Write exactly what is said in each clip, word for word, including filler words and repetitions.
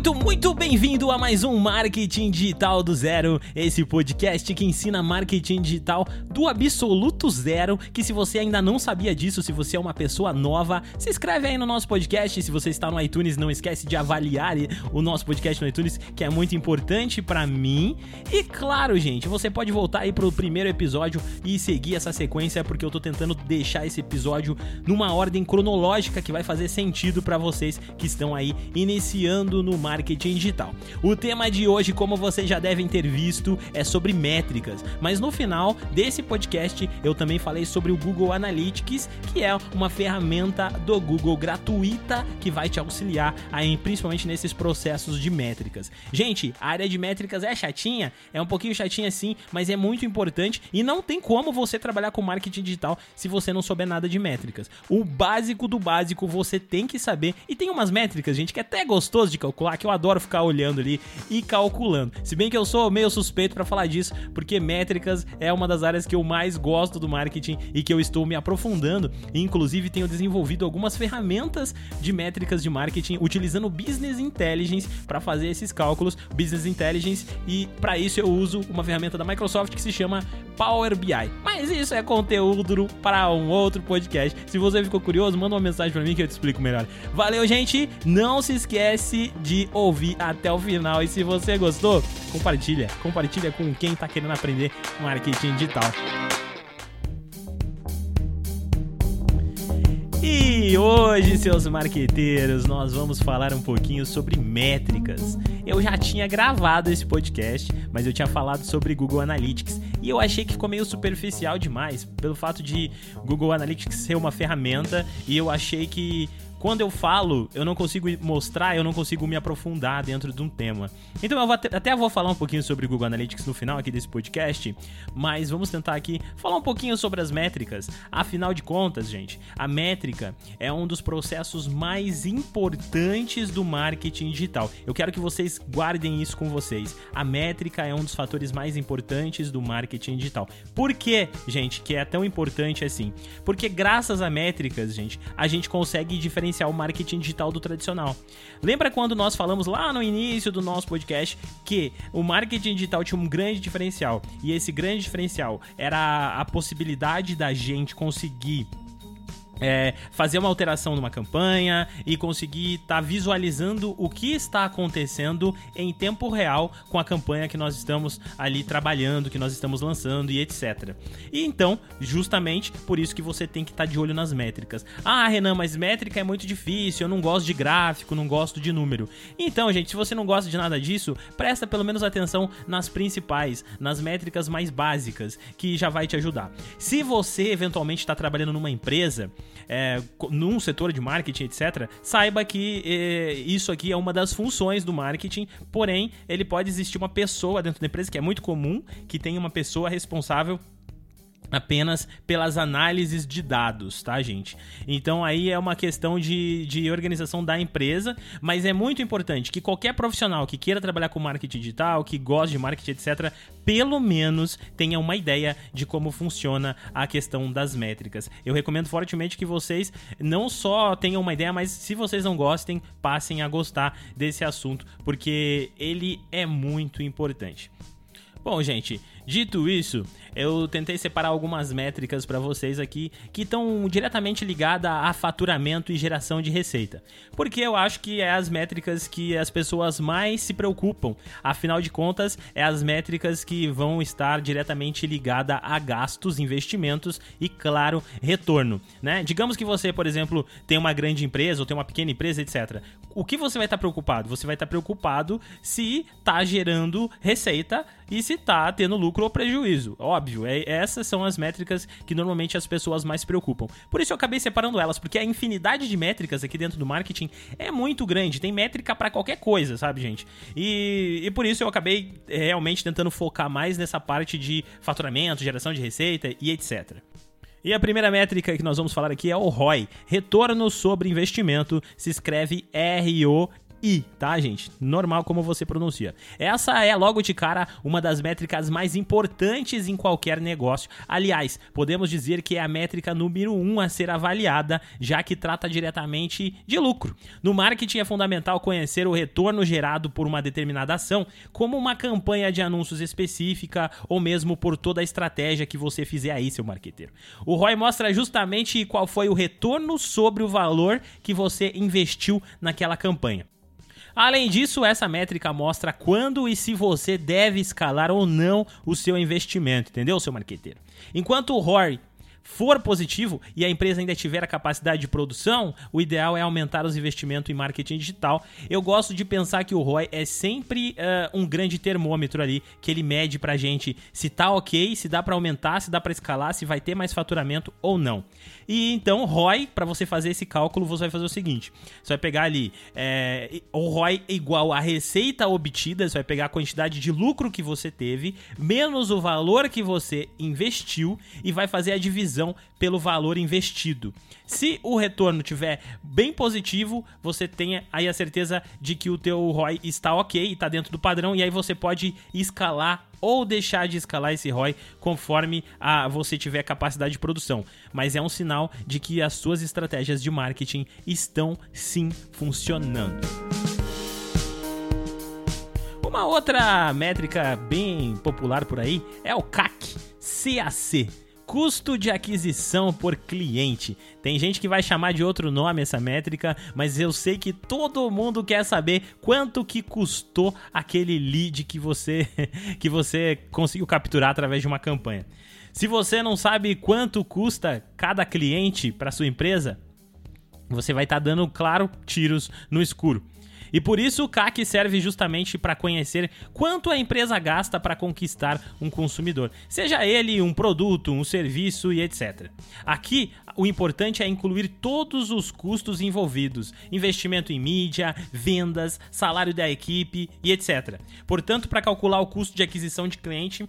muito, muito bem-vindo a mais um Marketing Digital do Zero, esse podcast que ensina marketing digital do absoluto zero, que se você ainda não sabia disso, se você é uma pessoa nova, se inscreve aí no nosso podcast. Se você está no iTunes, não esquece de avaliar o nosso podcast no iTunes, que é muito importante pra mim. E claro, gente, você pode voltar aí pro primeiro episódio e seguir essa sequência, porque eu tô tentando deixar esse episódio numa ordem cronológica que vai fazer sentido pra vocês que estão aí iniciando no marketing digital. O tema de hoje, como vocês já devem ter visto, é sobre métricas, mas no final desse podcast eu também falei sobre o Google Analytics, que é uma ferramenta do Google gratuita que vai te auxiliar aí, principalmente nesses processos de métricas. Gente, a área de métricas é chatinha, é um pouquinho chatinha sim, mas é muito importante e não tem como você trabalhar com marketing digital se você não souber nada de métricas. O básico do básico você tem que saber, e tem umas métricas, gente, que é até gostoso de calcular, que eu adoro ficar olhando ali e calculando. Se bem que eu sou meio suspeito pra falar disso, porque métricas é uma das áreas que eu mais gosto do marketing e que eu estou me aprofundando, e inclusive tenho desenvolvido algumas ferramentas de métricas de marketing utilizando Business Intelligence para fazer esses cálculos, Business Intelligence, e para isso eu uso uma ferramenta da Microsoft que se chama Power B I. Mas isso é conteúdo para um outro podcast. Se você ficou curioso, manda uma mensagem para mim que eu te explico melhor. Valeu, gente! Não se esquece de ouvir até o final, e se você gostou, compartilha, compartilha com quem tá querendo aprender marketing digital. E hoje, seus marqueteiros, nós vamos falar um pouquinho sobre métricas. Eu já tinha gravado esse podcast, mas eu tinha falado sobre Google Analytics e eu achei que ficou meio superficial demais, pelo fato de Google Analytics ser uma ferramenta, e eu achei que quando eu falo, eu não consigo mostrar, eu não consigo me aprofundar dentro de um tema. Então eu vou até, até vou falar um pouquinho sobre o Google Analytics no final aqui desse podcast, mas vamos tentar aqui falar um pouquinho sobre as métricas. Afinal de contas, gente, a métrica é um dos processos mais importantes do marketing digital. Eu quero que vocês guardem isso com vocês. A métrica é um dos fatores mais importantes do marketing digital. Por que, gente, que é tão importante assim? Porque graças a métricas, gente, a gente consegue diferenciar o marketing digital do tradicional. Lembra quando nós falamos lá no início do nosso podcast que o marketing digital tinha um grande diferencial, e esse grande diferencial era a possibilidade da gente conseguir É, fazer uma alteração numa campanha e conseguir estar tá visualizando o que está acontecendo em tempo real com a campanha que nós estamos ali trabalhando, que nós estamos lançando e etcétera. E então, justamente por isso que você tem que estar tá de olho nas métricas. Ah, Renan, mas métrica é muito difícil, eu não gosto de gráfico, não gosto de número. Então, gente, se você não gosta de nada disso, presta pelo menos atenção nas principais, nas métricas mais básicas, que já vai te ajudar. Se você eventualmente está trabalhando numa empresa, É, num setor de marketing, etcétera, saiba que é, isso aqui é uma das funções do marketing, porém, ele pode existir uma pessoa dentro da empresa, que é muito comum, que tem uma pessoa responsável apenas pelas análises de dados, tá, gente? Então aí é uma questão de, de organização da empresa, mas é muito importante que qualquer profissional que queira trabalhar com marketing digital, que goste de marketing, etcétera, pelo menos tenha uma ideia de como funciona a questão das métricas. Eu recomendo fortemente que vocês não só tenham uma ideia, mas se vocês não gostem, passem a gostar desse assunto, porque ele é muito importante. Bom, gente, dito isso, eu tentei separar algumas métricas para vocês aqui que estão diretamente ligadas a faturamento e geração de receita. Porque eu acho que é as métricas que as pessoas mais se preocupam. Afinal de contas, é as métricas que vão estar diretamente ligadas a gastos, investimentos e, claro, retorno, né? Digamos que você, por exemplo, tem uma grande empresa ou tem uma pequena empresa, etcétera. O que você vai estar preocupado? Você vai estar preocupado se está gerando receita e se está tendo lucro ou prejuízo. Óbvio, é, essas são as métricas que normalmente as pessoas mais se preocupam. Por isso eu acabei separando elas, porque a infinidade de métricas aqui dentro do marketing é muito grande. Tem métrica para qualquer coisa, sabe, gente? E, e por isso eu acabei realmente tentando focar mais nessa parte de faturamento, geração de receita e etcétera. E a primeira métrica que nós vamos falar aqui é o R O I, Retorno sobre Investimento, se escreve R O I, tá, gente? Normal como você pronuncia. Essa é, logo de cara, uma das métricas mais importantes em qualquer negócio. Aliás, podemos dizer que é a métrica número um a ser avaliada, já que trata diretamente de lucro. No marketing é fundamental conhecer o retorno gerado por uma determinada ação, como uma campanha de anúncios específica ou mesmo por toda a estratégia que você fizer aí, seu marqueteiro. O R O I mostra justamente qual foi o retorno sobre o valor que você investiu naquela campanha. Além disso, essa métrica mostra quando e se você deve escalar ou não o seu investimento, entendeu, seu marqueteiro? Enquanto o R O I for positivo e a empresa ainda tiver a capacidade de produção, o ideal é aumentar os investimentos em marketing digital. Eu gosto de pensar que o R O I é sempre uh, um grande termômetro ali, que ele mede pra gente se tá ok, se dá pra aumentar, se dá pra escalar, se vai ter mais faturamento ou não. E então, R O I, pra você fazer esse cálculo, você vai fazer o seguinte: você vai pegar ali é, o R O I igual a receita obtida, você vai pegar a quantidade de lucro que você teve, menos o valor que você investiu e vai fazer a divisão pelo valor investido. Se o retorno tiver bem positivo, você tem aí a certeza de que o teu R O I está ok, está dentro do padrão, e aí você pode escalar ou deixar de escalar esse R O I conforme a, você tiver capacidade de produção. Mas é um sinal de que as suas estratégias de marketing estão sim funcionando. Uma outra métrica bem popular por aí é o C A C, C A C. Custo de aquisição por cliente. Tem gente que vai chamar de outro nome essa métrica, mas eu sei que todo mundo quer saber quanto que custou aquele lead que você, que você conseguiu capturar através de uma campanha. Se você não sabe quanto custa cada cliente para sua empresa, você vai estar tá dando, claro, tiros no escuro. E por isso o C A C serve justamente para conhecer quanto a empresa gasta para conquistar um consumidor, seja ele um produto, um serviço e etcétera. Aqui, o importante é incluir todos os custos envolvidos, investimento em mídia, vendas, salário da equipe e etcétera. Portanto, para calcular o custo de aquisição de cliente,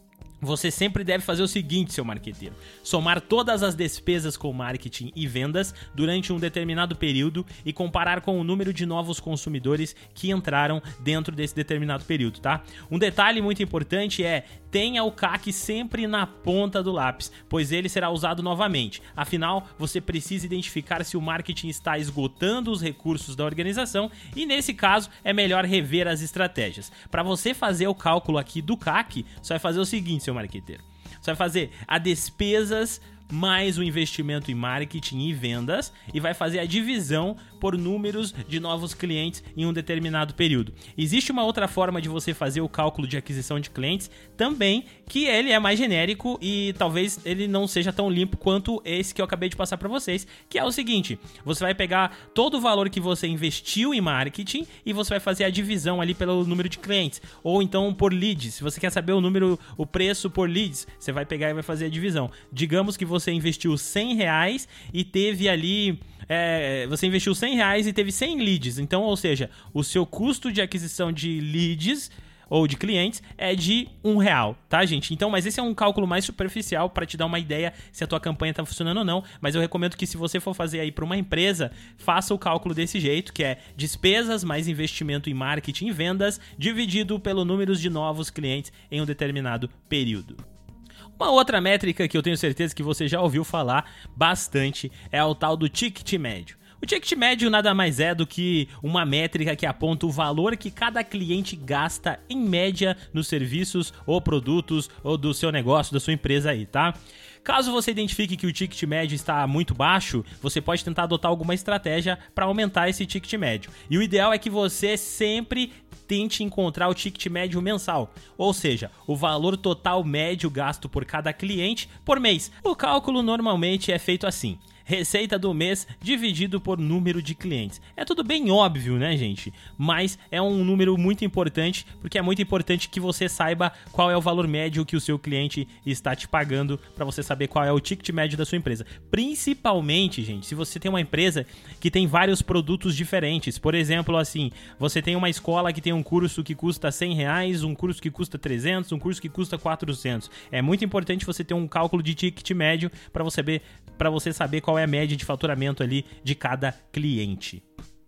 você sempre deve fazer o seguinte, seu marqueteiro: somar todas as despesas com marketing e vendas durante um determinado período e comparar com o número de novos consumidores que entraram dentro desse determinado período, tá? Um detalhe muito importante é: tenha o C A C sempre na ponta do lápis, pois ele será usado novamente. Afinal, você precisa identificar se o marketing está esgotando os recursos da organização e, nesse caso, é melhor rever as estratégias. Para você fazer o cálculo aqui do C A C, você vai fazer o seguinte, seu marqueteiro: você vai fazer a despesas mais o investimento em marketing e vendas e vai fazer a divisão por números de novos clientes em um determinado período. Existe uma outra forma de você fazer o cálculo de aquisição de clientes também, que ele é mais genérico e talvez ele não seja tão limpo quanto esse que eu acabei de passar para vocês, que é o seguinte: você vai pegar todo o valor que você investiu em marketing e você vai fazer a divisão ali pelo número de clientes, ou então por leads. Se você quer saber o número, o preço por leads, você vai pegar e vai fazer a divisão. Digamos que você investiu cem reais e teve ali... É, você investiu cem reais e teve cem leads. Então, ou seja, o seu custo de aquisição de leads ou de clientes é de um real, tá, gente? Então, mas esse é um cálculo mais superficial para te dar uma ideia se a tua campanha tá funcionando ou não. Mas eu recomendo que, se você for fazer aí para uma empresa, faça o cálculo desse jeito, que é despesas mais investimento em marketing e vendas dividido pelo número de novos clientes em um determinado período. Uma outra métrica que eu tenho certeza que você já ouviu falar bastante é o tal do ticket médio. O ticket médio nada mais é do que uma métrica que aponta o valor que cada cliente gasta em média nos serviços ou produtos ou do seu negócio, da sua empresa aí, tá? Caso você identifique que o ticket médio está muito baixo, você pode tentar adotar alguma estratégia para aumentar esse ticket médio. E o ideal é que você sempre tente encontrar o ticket médio mensal, ou seja, o valor total médio gasto por cada cliente por mês. O cálculo normalmente é feito assim: receita do mês dividido por número de clientes. É tudo bem óbvio, né, gente? Mas é um número muito importante, porque é muito importante que você saiba qual é o valor médio que o seu cliente está te pagando, para você saber qual é o ticket médio da sua empresa. Principalmente, gente, se você tem uma empresa que tem vários produtos diferentes. Por exemplo, assim, você tem uma escola que tem um curso que custa cem reais, um curso que custa trezentos, um curso que custa quatrocentos. É muito importante você ter um cálculo de ticket médio para você saber, para você saber qual é a média de faturamento ali de cada cliente.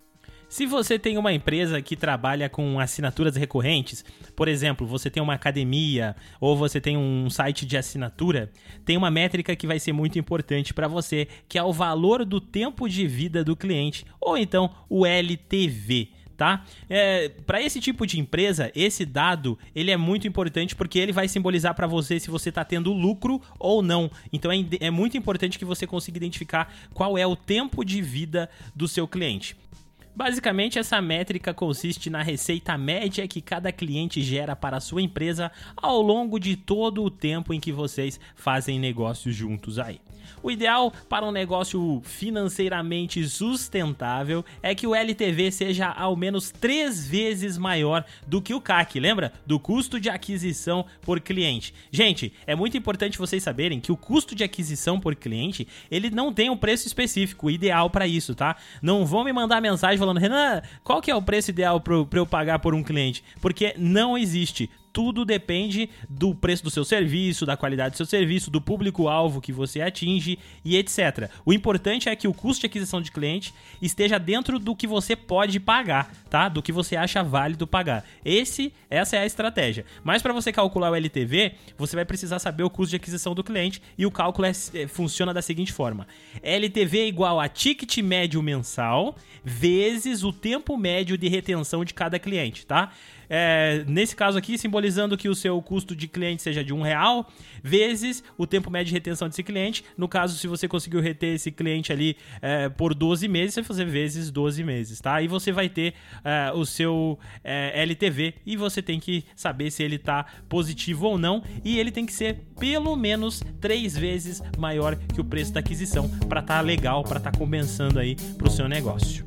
Se você tem uma empresa que trabalha com assinaturas recorrentes, por exemplo, você tem uma academia ou você tem um site de assinatura, tem uma métrica que vai ser muito importante para você, que é o valor do tempo de vida do cliente, ou então o L T V. Tá? É, para esse tipo de empresa, esse dado ele é muito importante porque ele vai simbolizar para você se você está tendo lucro ou não. Então é, é muito importante que você consiga identificar qual é o tempo de vida do seu cliente. Basicamente, essa métrica consiste na receita média que cada cliente gera para a sua empresa ao longo de todo o tempo em que vocês fazem negócios juntos aí. O ideal para um negócio financeiramente sustentável é que o L T V seja ao menos três vezes maior do que o C A C, lembra? Do custo de aquisição por cliente. Gente, é muito importante vocês saberem que o custo de aquisição por cliente, ele não tem um preço específico, ideal para isso, tá? Não vão me mandar mensagem falando, Renan, qual que é o preço ideal para eu pagar por um cliente? Porque não existe. Tudo depende do preço do seu serviço, da qualidade do seu serviço, do público-alvo que você atinge e etcétera. O importante é que o custo de aquisição de cliente esteja dentro do que você pode pagar, tá? Do que você acha válido pagar. Esse, essa é a estratégia. Mas para você calcular o L T V, você vai precisar saber o custo de aquisição do cliente e o cálculo é, é, funciona da seguinte forma. L T V é igual a ticket médio mensal vezes o tempo médio de retenção de cada cliente, tá? É, nesse caso aqui, simbolizando que o seu custo de cliente seja de um real, vezes o tempo médio de retenção desse cliente. No caso, se você conseguiu reter esse cliente ali é, por doze meses, você vai fazer vezes doze meses, tá? Aí você vai ter é, o seu é, L T V e você tem que saber se ele tá positivo ou não, e ele tem que ser pelo menos três vezes maior que o preço da aquisição para tá legal, para tá compensando aí pro seu negócio.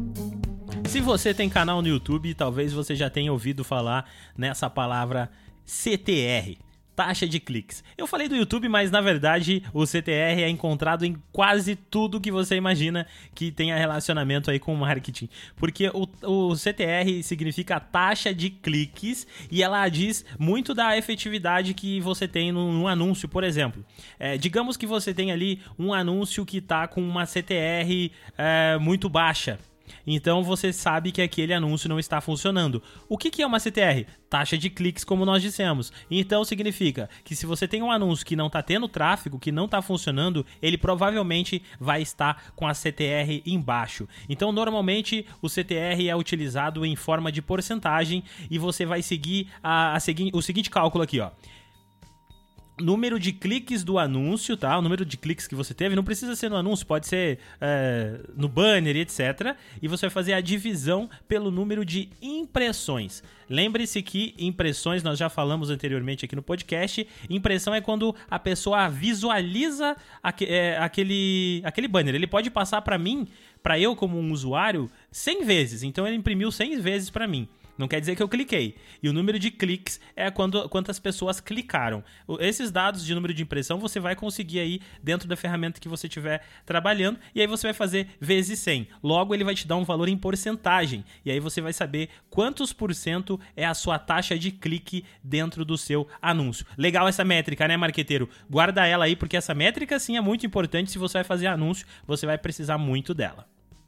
Se você tem canal no YouTube, talvez você já tenha ouvido falar nessa palavra C T R, taxa de cliques. Eu falei do YouTube, mas na verdade o C T R é encontrado em quase tudo que você imagina que tenha relacionamento aí com marketing. Porque o, o C T R significa taxa de cliques e ela diz muito da efetividade que você tem num, num anúncio, por exemplo. É, digamos que você tem ali um anúncio que está com uma C T R é, muito baixa. Então você sabe que aquele anúncio não está funcionando. O que que é uma C T R? Taxa de cliques, como nós dissemos. Então significa que se você tem um anúncio que não está tendo tráfego, que não está funcionando, ele provavelmente vai estar com a C T R embaixo. Então normalmente o C T R é utilizado em forma de porcentagem e você vai seguir a, a segui- o seguinte cálculo aqui, ó. Número de cliques do anúncio, tá? O número de cliques que você teve, não precisa ser no anúncio, pode ser é, no banner e etcétera. E você vai fazer a divisão pelo número de impressões. Lembre-se que impressões, nós já falamos anteriormente aqui no podcast, impressão é quando a pessoa visualiza aque, é, aquele, aquele banner. Ele pode passar para mim, para eu como um usuário, cem vezes. Então ele imprimiu cem vezes para mim. Não quer dizer que eu cliquei. E o número de cliques é quando, quantas pessoas clicaram. Esses dados de número de impressão você vai conseguir aí dentro da ferramenta que você estiver trabalhando. E aí você vai fazer vezes cem. Logo ele vai te dar um valor em porcentagem. E aí você vai saber quantos por cento é a sua taxa de clique dentro do seu anúncio. Legal essa métrica, né, marqueteiro? Guarda ela aí, porque essa métrica sim é muito importante. Se você vai fazer anúncio, você vai precisar muito dela.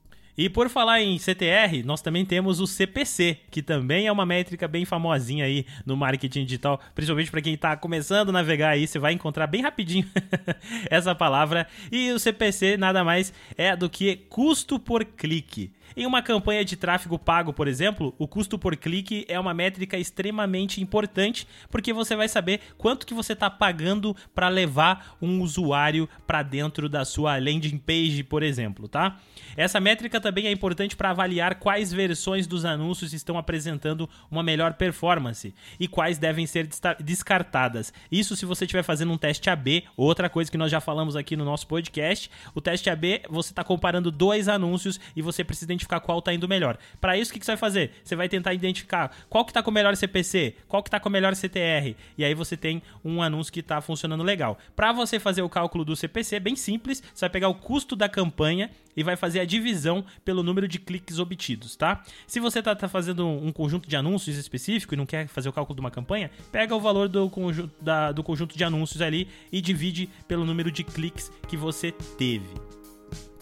E por falar em C T R, nós também temos o C P C, que também é uma métrica bem famosinha aí no marketing digital, principalmente para quem está começando a navegar aí, você vai encontrar bem rapidinho essa palavra. E o C P C nada mais é do que custo por clique. Em uma campanha de tráfego pago, por exemplo, o custo por clique é uma métrica extremamente importante, porque você vai saber quanto que você está pagando para levar um usuário para dentro da sua landing page, por exemplo, tá? Essa métrica também é importante para avaliar quais versões dos anúncios estão apresentando uma melhor performance e quais devem ser descartadas. Isso se você estiver fazendo um teste A B, outra coisa que nós já falamos aqui no nosso podcast. O teste A B, você está comparando dois anúncios e você precisa identificar qual está indo melhor. Para isso, o que, que você vai fazer? Você vai tentar identificar qual que está com o melhor C P C, qual que está com o melhor C T R, e aí você tem um anúncio que está funcionando legal. Para você fazer o cálculo do C P C, bem simples, você vai pegar o custo da campanha e vai fazer a divisão pelo número de cliques obtidos, tá? Se você está tá fazendo um conjunto de anúncios específico e não quer fazer o cálculo de uma campanha, pega o valor do conjunto, da, do conjunto de anúncios ali e divide pelo número de cliques que você teve.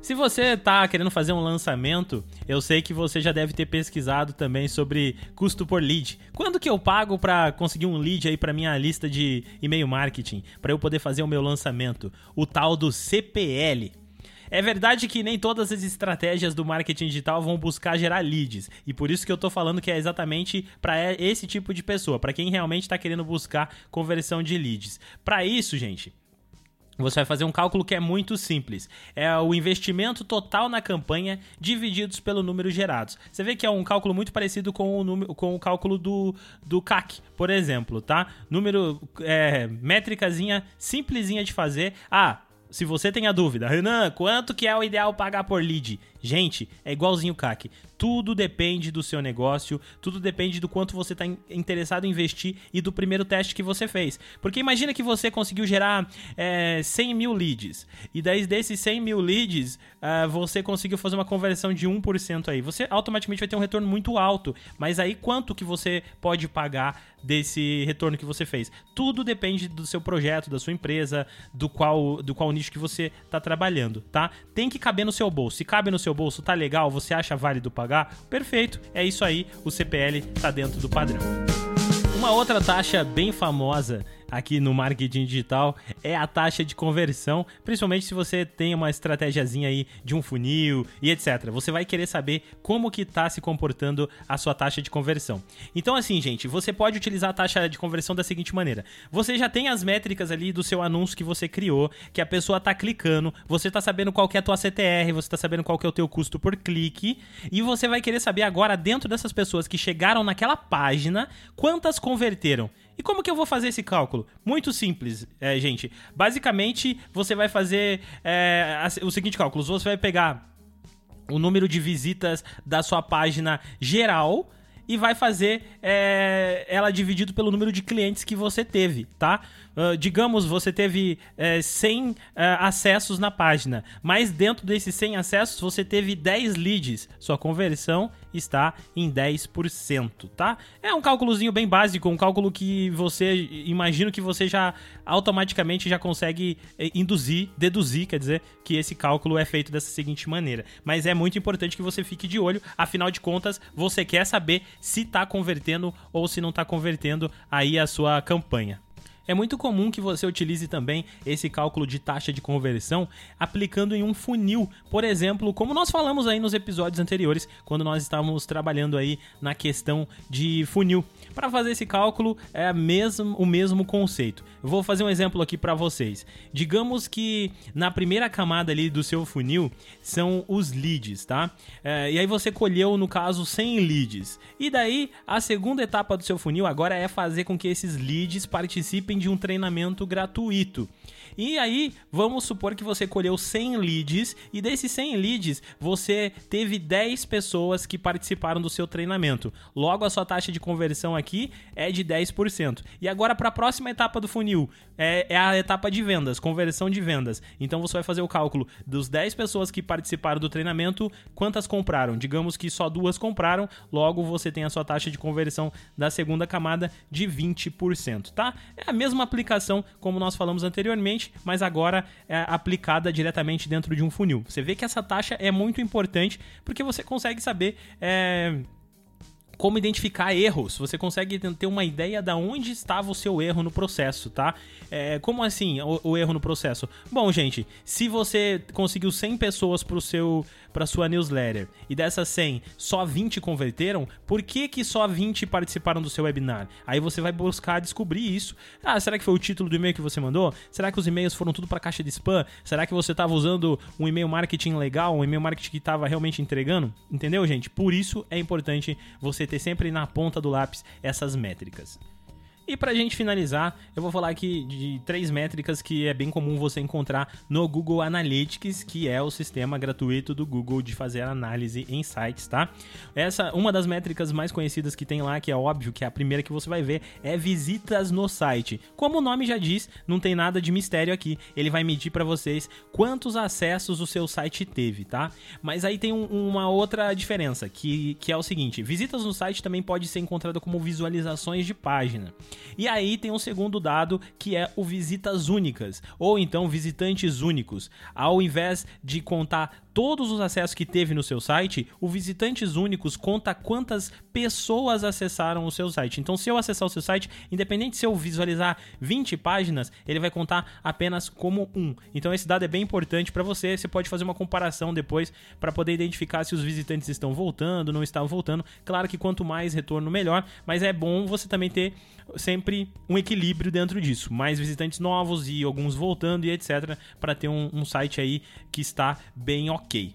Se você tá querendo fazer um lançamento, eu sei que você já deve ter pesquisado também sobre custo por lead. Quando que eu pago para conseguir um lead aí para minha lista de e-mail marketing, para eu poder fazer o meu lançamento? O tal do C P L. É verdade que nem todas as estratégias do marketing digital vão buscar gerar leads, e por isso que eu tô falando que é exatamente para esse tipo de pessoa, para quem realmente está querendo buscar conversão de leads. Para isso, gente, você vai fazer um cálculo que é muito simples. É o investimento total na campanha divididos pelo número gerados. Você vê que é um cálculo muito parecido com o, número, com o cálculo do, do C A C, por exemplo, tá? Número, é, métricazinha simplesinha de fazer. Ah, se você tem a dúvida, Renan, quanto que é o ideal pagar por lead? Gente, é igualzinho o C A C. Tudo depende do seu negócio, tudo depende do quanto você está interessado em investir e do primeiro teste que você fez. Porque imagina que você conseguiu gerar é, cem mil leads, e daí desses cem mil leads, uh, você conseguiu fazer uma conversão de um por cento aí. Você automaticamente vai ter um retorno muito alto, mas aí quanto que você pode pagar desse retorno que você fez? Tudo depende do seu projeto, da sua empresa, do qual, do qual nicho que você está trabalhando, tá? Tem que caber no seu bolso. Se cabe no seu bolso, tá legal, você acha válido pagar? Perfeito, é isso aí, o C P L tá dentro do padrão. Uma outra taxa bem famosa aqui no marketing digital é a taxa de conversão, principalmente se você tem uma estratégiazinha aí de um funil e etcétera. Você vai querer saber como que tá se comportando a sua taxa de conversão. Então assim, gente, você pode utilizar a taxa de conversão da seguinte maneira. Você já tem as métricas ali do seu anúncio que você criou, que a pessoa tá clicando, você tá sabendo qual que é a tua C T R, você tá sabendo qual que é o teu custo por clique, e você vai querer saber agora, dentro dessas pessoas que chegaram naquela página, quantas converteram. E como que eu vou fazer esse cálculo? Muito simples, é, gente. Basicamente, você vai fazer é, o seguinte cálculo. Você vai pegar o número de visitas da sua página geral e vai fazer é, ela dividido pelo número de clientes que você teve, tá? Uh, digamos, você teve é, cem uh, acessos na página, mas dentro desses cem acessos você teve dez leads. Sua conversão está em dez por cento, tá? É um cálculozinho bem básico, um cálculo que você, imagino que você já automaticamente já consegue induzir, deduzir, quer dizer, que esse cálculo é feito dessa seguinte maneira. Mas é muito importante que você fique de olho, afinal de contas, você quer saber se está convertendo ou se não está convertendo aí a sua campanha. É muito comum que você utilize também esse cálculo de taxa de conversão aplicando em um funil, por exemplo, como nós falamos aí nos episódios anteriores, quando nós estávamos trabalhando aí na questão de funil. Para fazer esse cálculo é mesmo, o mesmo conceito. Eu vou fazer um exemplo aqui para vocês. Digamos que na primeira camada ali do seu funil são os leads, tá? É, e aí você colheu, no caso, cem leads. E daí, a segunda etapa do seu funil agora é fazer com que esses leads participem de um treinamento gratuito. E aí, vamos supor que você colheu cem leads e desses cem leads, você teve dez pessoas que participaram do seu treinamento. Logo, a sua taxa de conversão aqui é de dez por cento. E agora, para a próxima etapa do funil, é, é a etapa de vendas, conversão de vendas. Então, você vai fazer o cálculo dos dez pessoas que participaram do treinamento, quantas compraram? Digamos que só duas compraram, logo você tem a sua taxa de conversão da segunda camada de vinte por cento, tá? É a mesma aplicação como nós falamos anteriormente, mas agora é aplicada diretamente dentro de um funil. Você vê que essa taxa é muito importante porque você consegue saber é, como identificar erros. Você consegue ter uma ideia de onde estava o seu erro no processo, tá? É, como assim o, o erro no processo? Bom, gente, se você conseguiu cem pessoas para o seu para sua newsletter e dessas cem, só vinte converteram, por que que só vinte participaram do seu webinar? Aí você vai buscar descobrir isso. Ah, será que foi o título do e-mail que você mandou? Será que os e-mails foram tudo para caixa de spam? Será que você estava usando um e-mail marketing legal, um e-mail marketing que estava realmente entregando? Entendeu, gente? Por isso é importante você ter sempre na ponta do lápis essas métricas. E pra gente finalizar, eu vou falar aqui de três métricas que é bem comum você encontrar no Google Analytics, que é o sistema gratuito do Google de fazer análise em sites, tá? Essa, uma das métricas mais conhecidas que tem lá, que é óbvio que é a primeira que você vai ver, é visitas no site. Como o nome já diz, não tem nada de mistério aqui. Ele vai medir pra vocês quantos acessos o seu site teve, tá? Mas aí tem um, uma outra diferença, que, que é o seguinte: visitas no site também pode ser encontrada como visualizações de página. E aí tem um segundo dado que é o visitas únicas, ou então visitantes únicos. Ao invés de contar todos os acessos que teve no seu site, o visitantes únicos conta quantas pessoas acessaram o seu site. Então, se eu acessar o seu site, independente se eu visualizar vinte páginas, ele vai contar apenas como um. Então, esse dado é bem importante para você. Você pode fazer uma comparação depois para poder identificar se os visitantes estão voltando, não estão voltando. Claro que quanto mais retorno, melhor, mas é bom você também ter sempre um equilíbrio dentro disso. Mais visitantes novos e alguns voltando e etcétera para ter um, um site aí que está bem ok.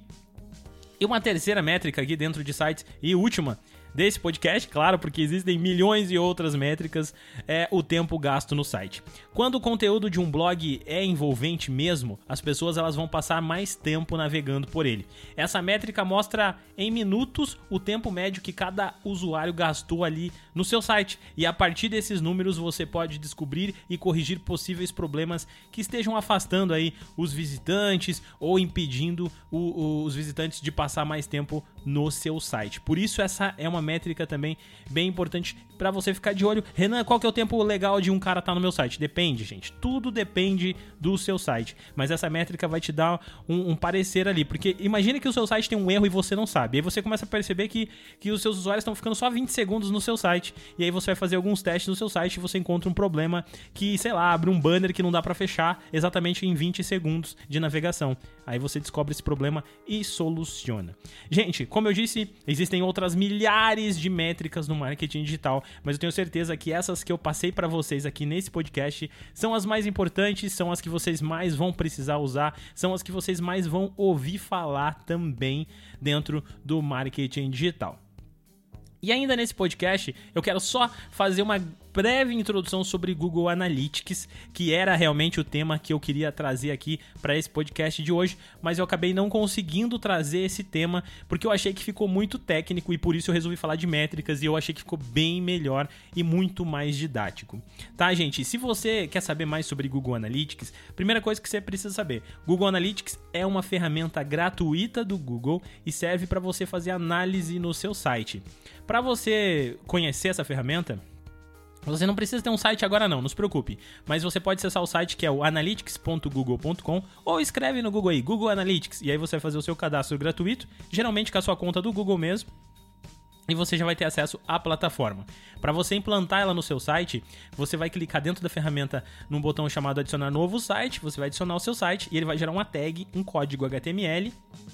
E uma terceira métrica aqui dentro de sites e última desse podcast, claro, porque existem milhões de outras métricas, é o tempo gasto no site. Quando o conteúdo de um blog é envolvente mesmo, as pessoas elas vão passar mais tempo navegando por ele. Essa métrica mostra em minutos o tempo médio que cada usuário gastou ali no seu site. E a partir desses números você pode descobrir e corrigir possíveis problemas que estejam afastando aí os visitantes ou impedindo o, o, os visitantes de passar mais tempo no seu site. Por isso essa é uma métrica também bem importante para você ficar de olho. Renan, qual que é o tempo legal de um cara estar no meu site? Depende, gente. Tudo depende do seu site. Mas essa métrica vai te dar um, um parecer ali. Porque imagine que o seu site tem um erro e você não sabe. Aí você começa a perceber que, que os seus usuários estão ficando só vinte segundos no seu site. E aí você vai fazer alguns testes no seu site e você encontra um problema que, sei lá, abre um banner que não dá para fechar exatamente em vinte segundos de navegação. Aí você descobre esse problema e soluciona. Gente, como eu disse, existem outras milhares de métricas no marketing digital, mas eu tenho certeza que essas que eu passei para vocês aqui nesse podcast são as mais importantes, são as que vocês mais vão precisar usar, são as que vocês mais vão ouvir falar também dentro do marketing digital. E ainda nesse podcast, eu quero só fazer uma breve introdução sobre Google Analytics, que era realmente o tema que eu queria trazer aqui para esse podcast de hoje, mas eu acabei não conseguindo trazer esse tema porque eu achei que ficou muito técnico e por isso eu resolvi falar de métricas e eu achei que ficou bem melhor e muito mais didático. Tá, gente? Se você quer saber mais sobre Google Analytics, primeira coisa que você precisa saber, Google Analytics é uma ferramenta gratuita do Google e serve para você fazer análise no seu site. Para você conhecer essa ferramenta, você não precisa ter um site agora não, não se preocupe. Mas você pode acessar o site que é o analytics ponto google ponto com ou escreve no Google aí, Google Analytics, e aí você vai fazer o seu cadastro gratuito, geralmente com a sua conta do Google mesmo, e você já vai ter acesso à plataforma. Para você implantar ela no seu site, você vai clicar dentro da ferramenta num botão chamado adicionar novo site, você vai adicionar o seu site e ele vai gerar uma tag, um código H T M L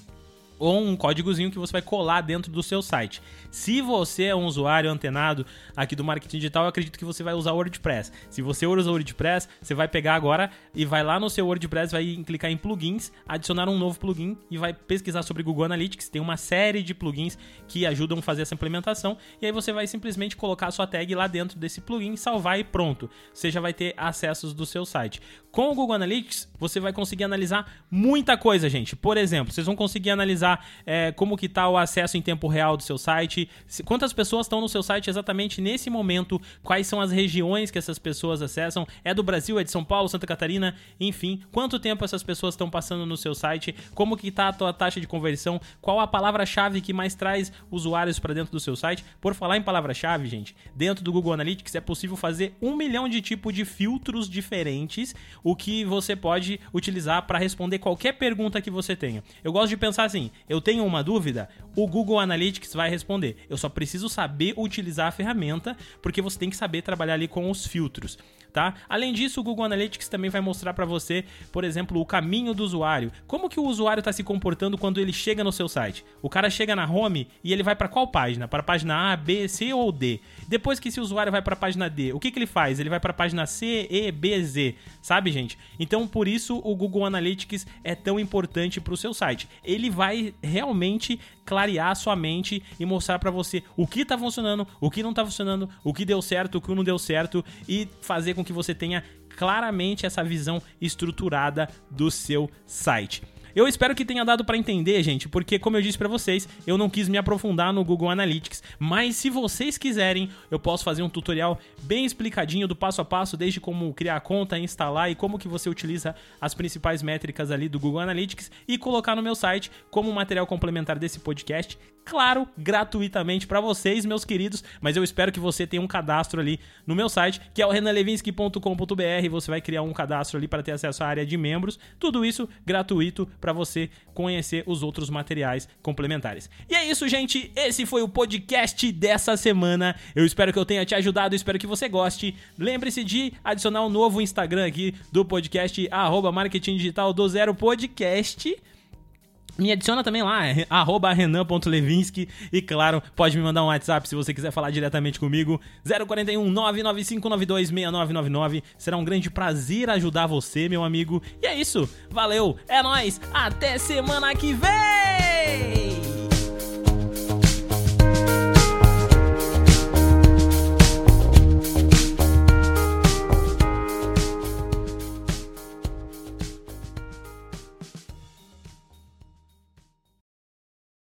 ou um códigozinho que você vai colar dentro do seu site. Se você é um usuário antenado aqui do marketing digital, eu acredito que você vai usar o WordPress. Se você usa o WordPress, você vai pegar agora e vai lá no seu WordPress, vai clicar em plugins, adicionar um novo plugin e vai pesquisar sobre Google Analytics. Tem uma série de plugins que ajudam a fazer essa implementação e aí você vai simplesmente colocar a sua tag lá dentro desse plugin, salvar e pronto. Você já vai ter acessos do seu site. Com o Google Analytics, você vai conseguir analisar muita coisa, gente. Por exemplo, vocês vão conseguir analisar É, como que está o acesso em tempo real do seu site, se, quantas pessoas estão no seu site exatamente nesse momento, quais são as regiões que essas pessoas acessam, é do Brasil, é de São Paulo, Santa Catarina, enfim, quanto tempo essas pessoas estão passando no seu site, como que está a tua taxa de conversão, qual a palavra-chave que mais traz usuários para dentro do seu site. Por falar em palavra-chave, gente, dentro do Google Analytics é possível fazer um milhão de tipos de filtros diferentes, o que você pode utilizar para responder qualquer pergunta que você tenha. Eu gosto de pensar assim, eu tenho uma dúvida, o Google Analytics vai responder. Eu só preciso saber utilizar a ferramenta, porque você tem que saber trabalhar ali com os filtros, tá? Além disso, o Google Analytics também vai mostrar para você, por exemplo, o caminho do usuário. Como que o usuário está se comportando quando ele chega no seu site? O cara chega na home e ele vai para qual página? Para a página A, B, C ou D? Depois que esse usuário vai para a página D, o que que ele faz? Ele vai para a página C, E, B, Z, sabe, gente? Então, por isso, o Google Analytics é tão importante para o seu site. Ele vai realmente clarear a sua mente e mostrar para você o que está funcionando, o que não está funcionando, o que deu certo, o que não deu certo e fazer com que você tenha claramente essa visão estruturada do seu site. Eu espero que tenha dado pra entender, gente, porque como eu disse pra vocês, eu não quis me aprofundar no Google Analytics, mas se vocês quiserem, eu posso fazer um tutorial bem explicadinho do passo a passo, desde como criar a conta, instalar e como que você utiliza as principais métricas ali do Google Analytics e colocar no meu site como material complementar desse podcast, claro, gratuitamente pra vocês, meus queridos, mas eu espero que você tenha um cadastro ali no meu site, que é o renan levinsky ponto com ponto b r. Você vai criar um cadastro ali para ter acesso à área de membros, tudo isso gratuito para você conhecer os outros materiais complementares. E é isso, gente, esse foi o podcast dessa semana. Eu espero que eu tenha te ajudado, espero que você goste. Lembre-se de adicionar o um novo Instagram aqui do podcast, arroba marketing digital do zero podcast. Me adiciona também lá, arroba renan ponto levinsky. E claro, pode me mandar um WhatsApp se você quiser falar diretamente comigo, zero quatro um, nove nove cinco nove dois seis nove nove nove. Será um grande prazer ajudar você, meu amigo. E é isso, valeu, é nóis, até semana que vem!